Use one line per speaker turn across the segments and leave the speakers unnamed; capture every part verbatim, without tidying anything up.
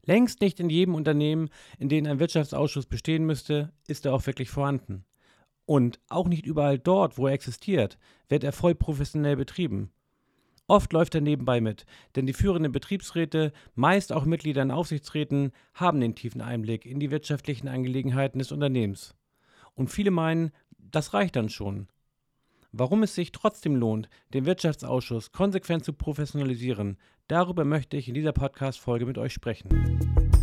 Längst nicht in jedem Unternehmen, in dem ein Wirtschaftsausschuss bestehen müsste, ist er auch wirklich vorhanden. Und auch nicht überall dort, wo er existiert, wird er voll professionell betrieben. Oft läuft er nebenbei mit, denn die führenden Betriebsräte, meist auch Mitglieder in Aufsichtsräten, haben den tiefen Einblick in die wirtschaftlichen Angelegenheiten des Unternehmens. Und viele meinen, das reicht dann schon. Warum es sich trotzdem lohnt, den Wirtschaftsausschuss konsequent zu professionalisieren, darüber möchte ich in dieser Podcast-Folge mit euch sprechen.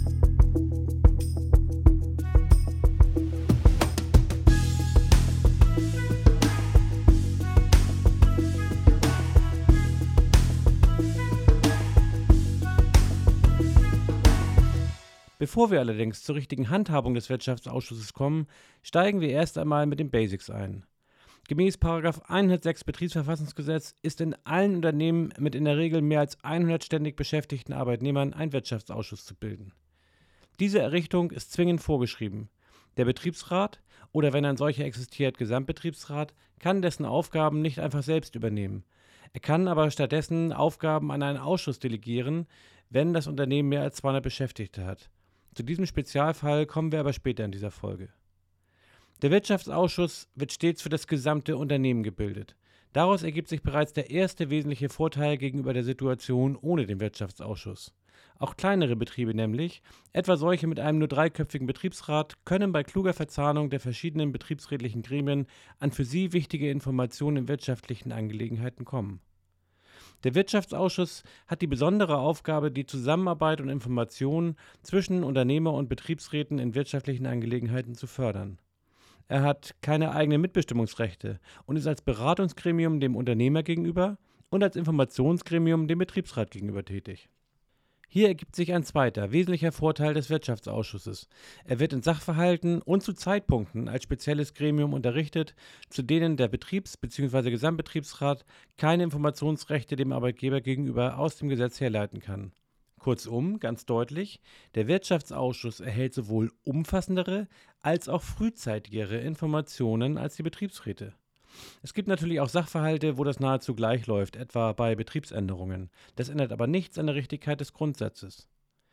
Bevor wir allerdings zur richtigen Handhabung des Wirtschaftsausschusses kommen, steigen wir erst einmal mit den Basics ein. Gemäß Paragraph hundertsechs Betriebsverfassungsgesetz ist in allen Unternehmen mit in der Regel mehr als hundert ständig beschäftigten Arbeitnehmern ein Wirtschaftsausschuss zu bilden. Diese Errichtung ist zwingend vorgeschrieben. Der Betriebsrat oder wenn ein solcher existiert, Gesamtbetriebsrat, kann dessen Aufgaben nicht einfach selbst übernehmen. Er kann aber stattdessen Aufgaben an einen Ausschuss delegieren, wenn das Unternehmen mehr als zweihundert Beschäftigte hat. Zu diesem Spezialfall kommen wir aber später in dieser Folge. Der Wirtschaftsausschuss wird stets für das gesamte Unternehmen gebildet. Daraus ergibt sich bereits der erste wesentliche Vorteil gegenüber der Situation ohne den Wirtschaftsausschuss. Auch kleinere Betriebe nämlich, etwa solche mit einem nur dreiköpfigen Betriebsrat, können bei kluger Verzahnung der verschiedenen betriebsrätlichen Gremien an für sie wichtige Informationen in wirtschaftlichen Angelegenheiten kommen. Der Wirtschaftsausschuss hat die besondere Aufgabe, die Zusammenarbeit und Informationen zwischen Unternehmer und Betriebsräten in wirtschaftlichen Angelegenheiten zu fördern. Er hat keine eigenen Mitbestimmungsrechte und ist als Beratungsgremium dem Unternehmer gegenüber und als Informationsgremium dem Betriebsrat gegenüber tätig. Hier ergibt sich ein zweiter, wesentlicher Vorteil des Wirtschaftsausschusses. Er wird in Sachverhalten und zu Zeitpunkten als spezielles Gremium unterrichtet, zu denen der Betriebs- bzw. Gesamtbetriebsrat keine Informationsrechte dem Arbeitgeber gegenüber aus dem Gesetz herleiten kann. Kurzum, ganz deutlich, der Wirtschaftsausschuss erhält sowohl umfassendere als auch frühzeitigere Informationen als die Betriebsräte. Es gibt natürlich auch Sachverhalte, wo das nahezu gleich läuft, etwa bei Betriebsänderungen. Das ändert aber nichts an der Richtigkeit des Grundsatzes.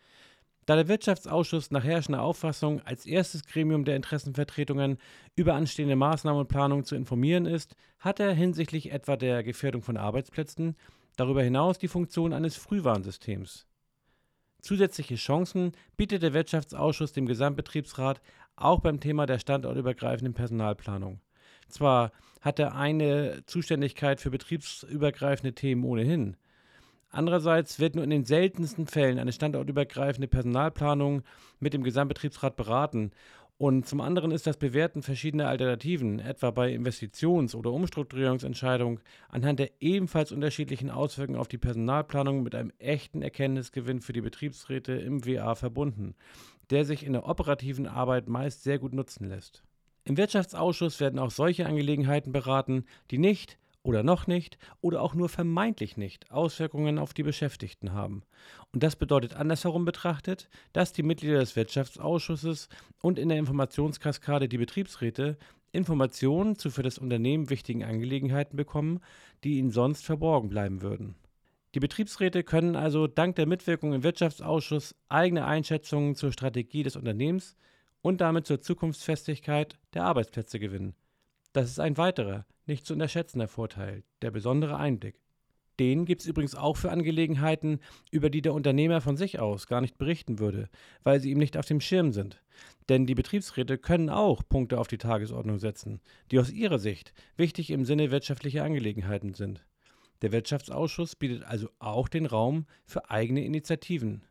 Da der Wirtschaftsausschuss nach herrschender Auffassung als erstes Gremium der Interessenvertretungen über anstehende Maßnahmen und Planungen zu informieren ist, hat er hinsichtlich etwa der Gefährdung von Arbeitsplätzen darüber hinaus die Funktion eines Frühwarnsystems. Zusätzliche Chancen bietet der Wirtschaftsausschuss dem Gesamtbetriebsrat auch beim Thema der standortübergreifenden Personalplanung. Zwar hat er eine Zuständigkeit für betriebsübergreifende Themen ohnehin. Andererseits wird nur in den seltensten Fällen eine standortübergreifende Personalplanung mit dem Gesamtbetriebsrat beraten. Und zum anderen ist das Bewerten verschiedener Alternativen, etwa bei Investitions- oder Umstrukturierungsentscheidungen, anhand der ebenfalls unterschiedlichen Auswirkungen auf die Personalplanung mit einem echten Erkenntnisgewinn für die Betriebsräte im W A verbunden, der sich in der operativen Arbeit meist sehr gut nutzen lässt. Im Wirtschaftsausschuss werden auch solche Angelegenheiten beraten, die nicht oder noch nicht oder auch nur vermeintlich nicht Auswirkungen auf die Beschäftigten haben. Und das bedeutet andersherum betrachtet, dass die Mitglieder des Wirtschaftsausschusses und in der Informationskaskade die Betriebsräte Informationen zu für das Unternehmen wichtigen Angelegenheiten bekommen, die ihnen sonst verborgen bleiben würden. Die Betriebsräte können also dank der Mitwirkung im Wirtschaftsausschuss eigene Einschätzungen zur Strategie des Unternehmens und damit zur Zukunftsfestigkeit der Arbeitsplätze gewinnen. Das ist ein weiterer, nicht zu unterschätzender Vorteil, der besondere Einblick. Den gibt es übrigens auch für Angelegenheiten, über die der Unternehmer von sich aus gar nicht berichten würde, weil sie ihm nicht auf dem Schirm sind. Denn die Betriebsräte können auch Punkte auf die Tagesordnung setzen, die aus ihrer Sicht wichtig im Sinne wirtschaftlicher Angelegenheiten sind. Der Wirtschaftsausschuss bietet also auch den Raum für eigene Initiativen.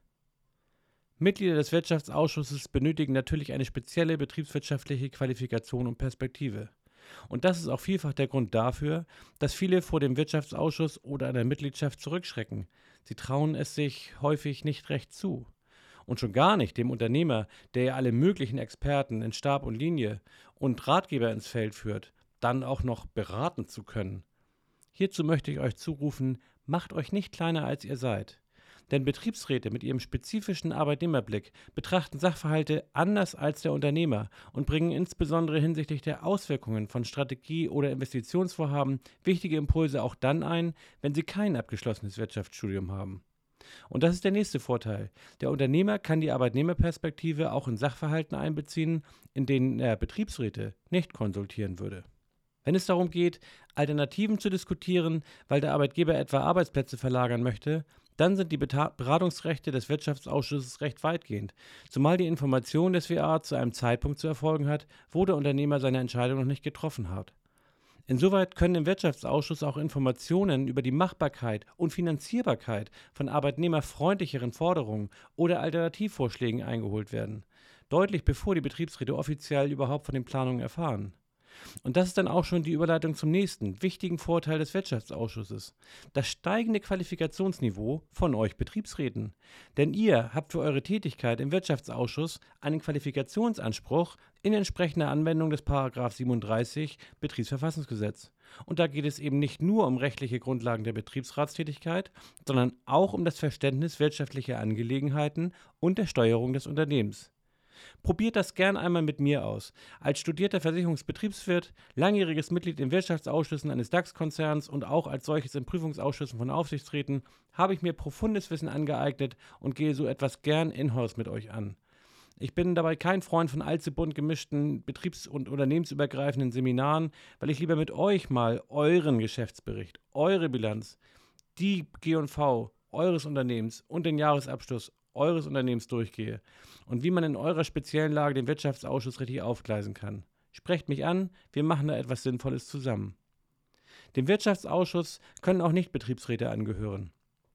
Mitglieder des Wirtschaftsausschusses benötigen natürlich eine spezielle betriebswirtschaftliche Qualifikation und Perspektive. Und das ist auch vielfach der Grund dafür, dass viele vor dem Wirtschaftsausschuss oder einer Mitgliedschaft zurückschrecken. Sie trauen es sich häufig nicht recht zu. Und schon gar nicht dem Unternehmer, der ja alle möglichen Experten in Stab und Linie und Ratgeber ins Feld führt, dann auch noch beraten zu können. Hierzu möchte ich euch zurufen, macht euch nicht kleiner als ihr seid. Denn Betriebsräte mit ihrem spezifischen Arbeitnehmerblick betrachten Sachverhalte anders als der Unternehmer und bringen insbesondere hinsichtlich der Auswirkungen von Strategie- oder Investitionsvorhaben wichtige Impulse auch dann ein, wenn sie kein abgeschlossenes Wirtschaftsstudium haben. Und das ist der nächste Vorteil. Der Unternehmer kann die Arbeitnehmerperspektive auch in Sachverhalten einbeziehen, in denen er Betriebsräte nicht konsultieren würde. Wenn es darum geht, Alternativen zu diskutieren, weil der Arbeitgeber etwa Arbeitsplätze verlagern möchte, dann sind die Beta- Beratungsrechte des Wirtschaftsausschusses recht weitgehend, zumal die Information des W A zu einem Zeitpunkt zu erfolgen hat, wo der Unternehmer seine Entscheidung noch nicht getroffen hat. Insoweit können im Wirtschaftsausschuss auch Informationen über die Machbarkeit und Finanzierbarkeit von arbeitnehmerfreundlicheren Forderungen oder Alternativvorschlägen eingeholt werden, deutlich bevor die Betriebsräte offiziell überhaupt von den Planungen erfahren. Und das ist dann auch schon die Überleitung zum nächsten wichtigen Vorteil des Wirtschaftsausschusses: das steigende Qualifikationsniveau von euch Betriebsräten. Denn ihr habt für eure Tätigkeit im Wirtschaftsausschuss einen Qualifikationsanspruch in entsprechender Anwendung des Paragraph siebenunddreißig Betriebsverfassungsgesetz. Und da geht es eben nicht nur um rechtliche Grundlagen der Betriebsratstätigkeit, sondern auch um das Verständnis wirtschaftlicher Angelegenheiten und der Steuerung des Unternehmens. Probiert das gern einmal mit mir aus. Als studierter Versicherungsbetriebswirt, langjähriges Mitglied in Wirtschaftsausschüssen eines DAX-Konzerns und auch als solches in Prüfungsausschüssen von Aufsichtsräten habe ich mir profundes Wissen angeeignet und gehe so etwas gern in-house mit euch an. Ich bin dabei kein Freund von allzu bunt gemischten betriebs- und unternehmensübergreifenden Seminaren, weil ich lieber mit euch mal euren Geschäftsbericht, eure Bilanz, die G und V eures Unternehmens und den Jahresabschluss eures Unternehmens durchgehe und wie man in eurer speziellen Lage den Wirtschaftsausschuss richtig aufgleisen kann. Sprecht mich an, wir machen da etwas Sinnvolles zusammen. Dem Wirtschaftsausschuss können auch Nicht-Betriebsräte angehören.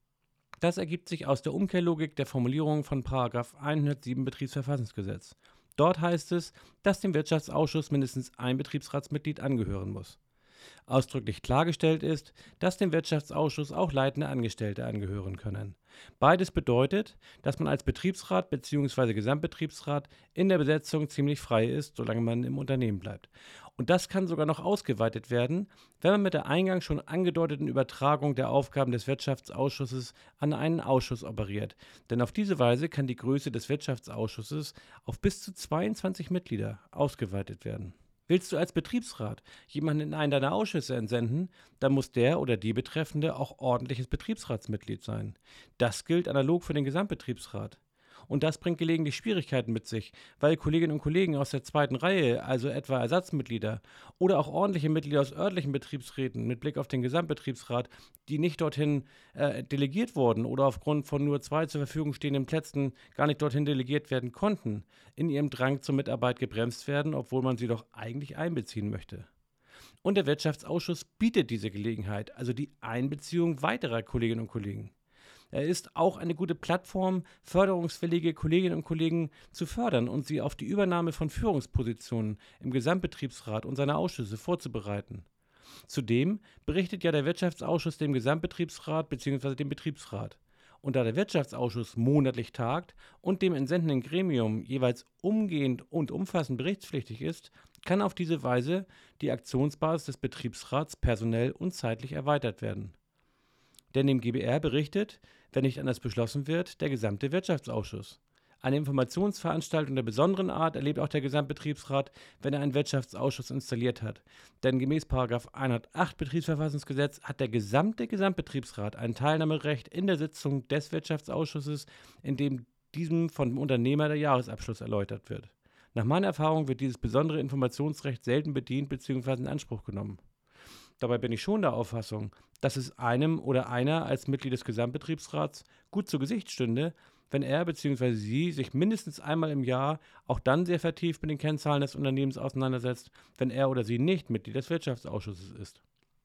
Das ergibt sich aus der Umkehrlogik der Formulierung von Paragraph hundertsieben Betriebsverfassungsgesetz. Dort heißt es, dass dem Wirtschaftsausschuss mindestens ein Betriebsratsmitglied angehören muss. Ausdrücklich klargestellt ist, dass dem Wirtschaftsausschuss auch leitende Angestellte angehören können. Beides bedeutet, dass man als Betriebsrat bzw. Gesamtbetriebsrat in der Besetzung ziemlich frei ist, solange man im Unternehmen bleibt. Und das kann sogar noch ausgeweitet werden, wenn man mit der eingangs schon angedeuteten Übertragung der Aufgaben des Wirtschaftsausschusses an einen Ausschuss operiert. Denn auf diese Weise kann die Größe des Wirtschaftsausschusses auf bis zu zweiundzwanzig Mitglieder ausgeweitet werden. Willst du als Betriebsrat jemanden in einen deiner Ausschüsse entsenden, dann muss der oder die Betreffende auch ordentliches Betriebsratsmitglied sein. Das gilt analog für den Gesamtbetriebsrat. Und das bringt gelegentlich Schwierigkeiten mit sich, weil Kolleginnen und Kollegen aus der zweiten Reihe, also etwa Ersatzmitglieder oder auch ordentliche Mitglieder aus örtlichen Betriebsräten mit Blick auf den Gesamtbetriebsrat, die nicht dorthin äh, delegiert wurden oder aufgrund von nur zwei zur Verfügung stehenden Plätzen gar nicht dorthin delegiert werden konnten, in ihrem Drang zur Mitarbeit gebremst werden, obwohl man sie doch eigentlich einbeziehen möchte. Und der Wirtschaftsausschuss bietet diese Gelegenheit, also die Einbeziehung weiterer Kolleginnen und Kollegen. Er ist auch eine gute Plattform, förderungswillige Kolleginnen und Kollegen zu fördern und sie auf die Übernahme von Führungspositionen im Gesamtbetriebsrat und seiner Ausschüsse vorzubereiten. Zudem berichtet ja der Wirtschaftsausschuss dem Gesamtbetriebsrat bzw. dem Betriebsrat. Und da der Wirtschaftsausschuss monatlich tagt und dem entsendenden Gremium jeweils umgehend und umfassend berichtspflichtig ist, kann auf diese Weise die Aktionsbasis des Betriebsrats personell und zeitlich erweitert werden. Denn dem G B R berichtet, wenn nicht anders beschlossen wird, der gesamte Wirtschaftsausschuss. Eine Informationsveranstaltung der besonderen Art erlebt auch der Gesamtbetriebsrat, wenn er einen Wirtschaftsausschuss installiert hat. Denn gemäß Paragraph hundertacht Betriebsverfassungsgesetz hat der gesamte Gesamtbetriebsrat ein Teilnahmerecht in der Sitzung des Wirtschaftsausschusses, in dem diesem vom Unternehmer der Jahresabschluss erläutert wird. Nach meiner Erfahrung wird dieses besondere Informationsrecht selten bedient bzw. in Anspruch genommen. Dabei bin ich schon der Auffassung, dass es einem oder einer als Mitglied des Gesamtbetriebsrats gut zu Gesicht stünde, wenn er bzw. sie sich mindestens einmal im Jahr auch dann sehr vertieft mit den Kennzahlen des Unternehmens auseinandersetzt, wenn er oder sie nicht Mitglied des Wirtschaftsausschusses ist.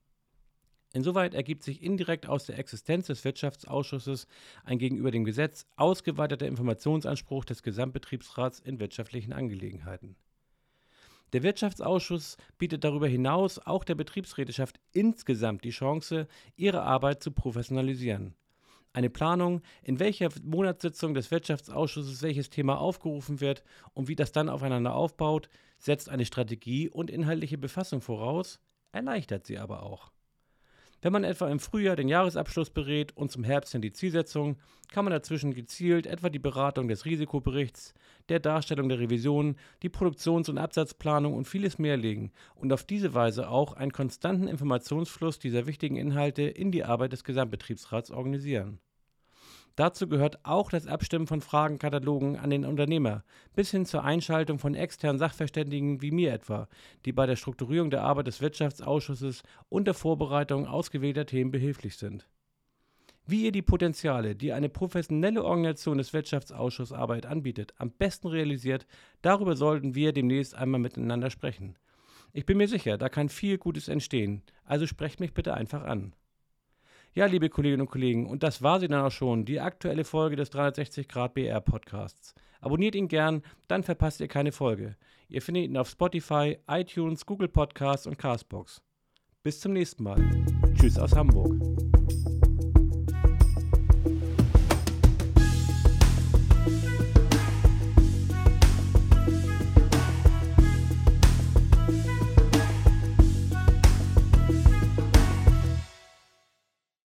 Insoweit ergibt sich indirekt aus der Existenz des Wirtschaftsausschusses ein gegenüber dem Gesetz ausgeweiteter Informationsanspruch des Gesamtbetriebsrats in wirtschaftlichen Angelegenheiten. Der Wirtschaftsausschuss bietet darüber hinaus auch der Betriebsräteschaft insgesamt die Chance, ihre Arbeit zu professionalisieren. Eine Planung, in welcher Monatssitzung des Wirtschaftsausschusses welches Thema aufgerufen wird und wie das dann aufeinander aufbaut, setzt eine Strategie und inhaltliche Befassung voraus, erleichtert sie aber auch. Wenn man etwa im Frühjahr den Jahresabschluss berät und zum Herbst hin die Zielsetzung, kann man dazwischen gezielt etwa die Beratung des Risikoberichts, der Darstellung der Revision, die Produktions- und Absatzplanung und vieles mehr legen und auf diese Weise auch einen konstanten Informationsfluss dieser wichtigen Inhalte in die Arbeit des Gesamtbetriebsrats organisieren. Dazu gehört auch das Abstimmen von Fragenkatalogen an den Unternehmer, bis hin zur Einschaltung von externen Sachverständigen wie mir etwa, die bei der Strukturierung der Arbeit des Wirtschaftsausschusses und der Vorbereitung ausgewählter Themen behilflich sind. Wie ihr die Potenziale, die eine professionelle Organisation des Wirtschaftsausschussarbeit anbietet, am besten realisiert, darüber sollten wir demnächst einmal miteinander sprechen. Ich bin mir sicher, da kann viel Gutes entstehen, also sprecht mich bitte einfach an. Ja, liebe Kolleginnen und Kollegen, und das war sie dann auch schon, die aktuelle Folge des dreihundertsechzig Grad B R Podcasts. Abonniert ihn gern, dann verpasst ihr keine Folge. Ihr findet ihn auf Spotify, iTunes, Google Podcasts und Castbox. Bis zum nächsten Mal. Tschüss aus Hamburg.